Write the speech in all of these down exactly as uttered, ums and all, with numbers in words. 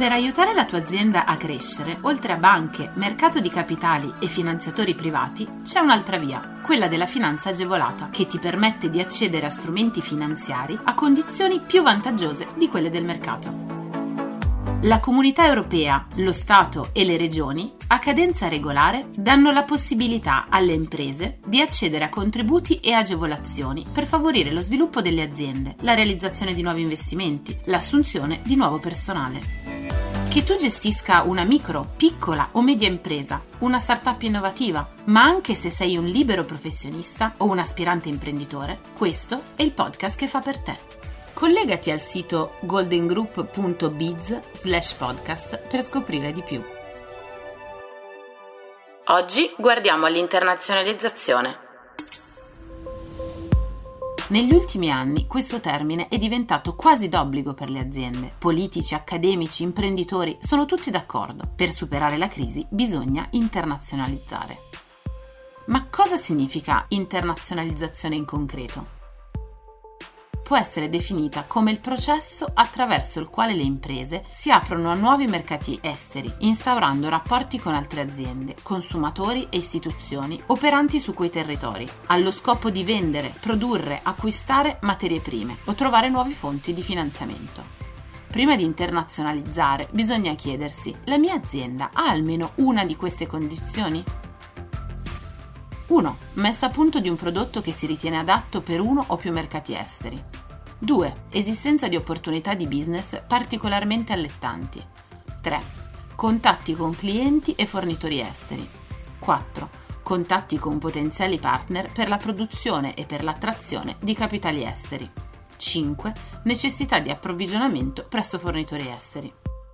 Per aiutare la tua azienda a crescere, oltre a banche, mercato di capitali e finanziatori privati, c'è un'altra via, quella della finanza agevolata, che ti permette di accedere a strumenti finanziari a condizioni più vantaggiose di quelle del mercato. La Comunità Europea, lo Stato e le Regioni, a cadenza regolare, danno la possibilità alle imprese di accedere a contributi e agevolazioni per favorire lo sviluppo delle aziende, la realizzazione di nuovi investimenti, l'assunzione di nuovo personale. Che tu gestisca una micro, piccola o media impresa, una startup innovativa, ma anche se sei un libero professionista o un aspirante imprenditore, questo è il podcast che fa per te. Collegati al sito goldengroup punto biz slash podcast per scoprire di più. Oggi guardiamo all'internazionalizzazione. Negli ultimi anni questo termine è diventato quasi d'obbligo per le aziende. Politici, accademici, imprenditori sono tutti d'accordo. Per superare la crisi bisogna internazionalizzare. Ma cosa significa internazionalizzazione in concreto? Può essere definita come il processo attraverso il quale le imprese si aprono a nuovi mercati esteri, instaurando rapporti con altre aziende, consumatori e istituzioni operanti su quei territori, allo scopo di vendere, produrre, acquistare materie prime o trovare nuove fonti di finanziamento. Prima di internazionalizzare, bisogna chiedersi: la mia azienda ha almeno una di queste condizioni? uno. Messa a punto di un prodotto che si ritiene adatto per uno o più mercati esteri. due. Esistenza di opportunità di business particolarmente allettanti. tre. Contatti con clienti e fornitori esteri. quattro. Contatti con potenziali partner per la produzione e per l'attrazione di capitali esteri. cinque. Necessità di approvvigionamento presso fornitori esteri.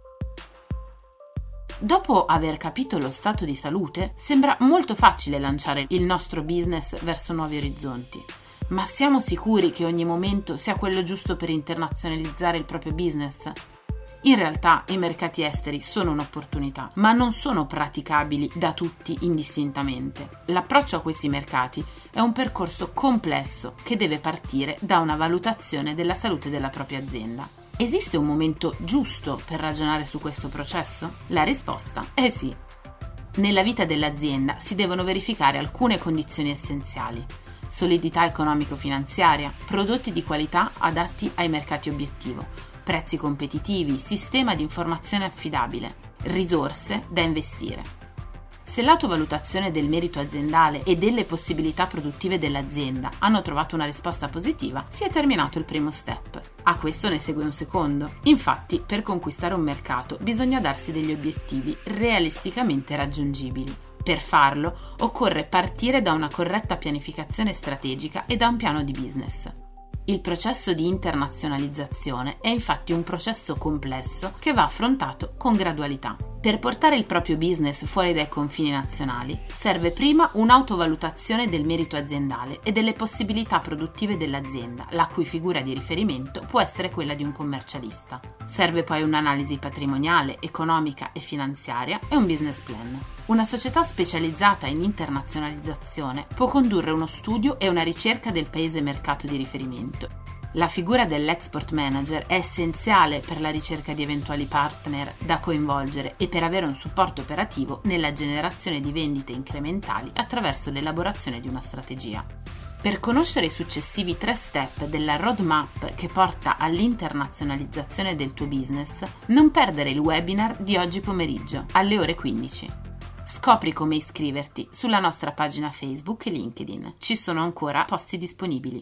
Dopo aver capito lo stato di salute, sembra molto facile lanciare il nostro business verso nuovi orizzonti. Ma siamo sicuri che ogni momento sia quello giusto per internazionalizzare il proprio business? In realtà i mercati esteri sono un'opportunità, ma non sono praticabili da tutti indistintamente. L'approccio a questi mercati è un percorso complesso che deve partire da una valutazione della salute della propria azienda. Esiste un momento giusto per ragionare su questo processo? La risposta è sì. Nella vita dell'azienda si devono verificare alcune condizioni essenziali: solidità economico-finanziaria, prodotti di qualità adatti ai mercati obiettivo, prezzi competitivi, sistema di informazione affidabile, risorse da investire. Se l'autovalutazione del merito aziendale e delle possibilità produttive dell'azienda hanno trovato una risposta positiva, si è terminato il primo step. A questo ne segue un secondo. Infatti, per conquistare un mercato bisogna darsi degli obiettivi realisticamente raggiungibili. Per farlo, occorre partire da una corretta pianificazione strategica e da un piano di business. Il processo di internazionalizzazione è infatti un processo complesso che va affrontato con gradualità. Per portare il proprio business fuori dai confini nazionali serve prima un'autovalutazione del merito aziendale e delle possibilità produttive dell'azienda, la cui figura di riferimento può essere quella di un commercialista. Serve poi un'analisi patrimoniale, economica e finanziaria e un business plan. Una società specializzata in internazionalizzazione può condurre uno studio e una ricerca del paese mercato di riferimento. La figura dell'export manager è essenziale per la ricerca di eventuali partner da coinvolgere e per avere un supporto operativo nella generazione di vendite incrementali attraverso l'elaborazione di una strategia. Per conoscere i successivi tre step della roadmap che porta all'internazionalizzazione del tuo business, non perdere il webinar di oggi pomeriggio alle ore quindici. Scopri come iscriverti sulla nostra pagina Facebook e LinkedIn. Ci sono ancora posti disponibili.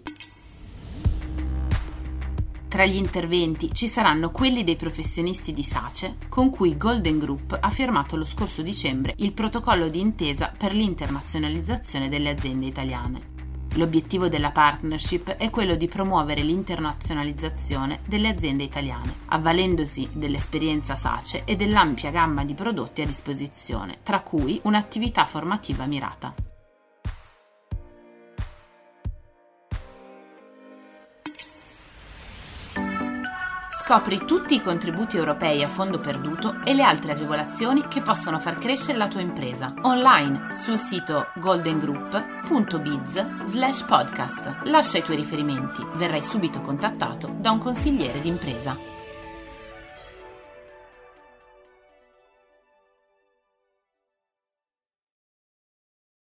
Tra gli interventi ci saranno quelli dei professionisti di SACE, con cui Golden Group ha firmato lo scorso dicembre il protocollo di intesa per l'internazionalizzazione delle aziende italiane. L'obiettivo della partnership è quello di promuovere l'internazionalizzazione delle aziende italiane, avvalendosi dell'esperienza SACE e dell'ampia gamma di prodotti a disposizione, tra cui un'attività formativa mirata. Scopri tutti i contributi europei a fondo perduto e le altre agevolazioni che possono far crescere la tua impresa online sul sito goldengroup punto biz slash podcast. Lascia i tuoi riferimenti, verrai subito contattato da un consigliere d'impresa.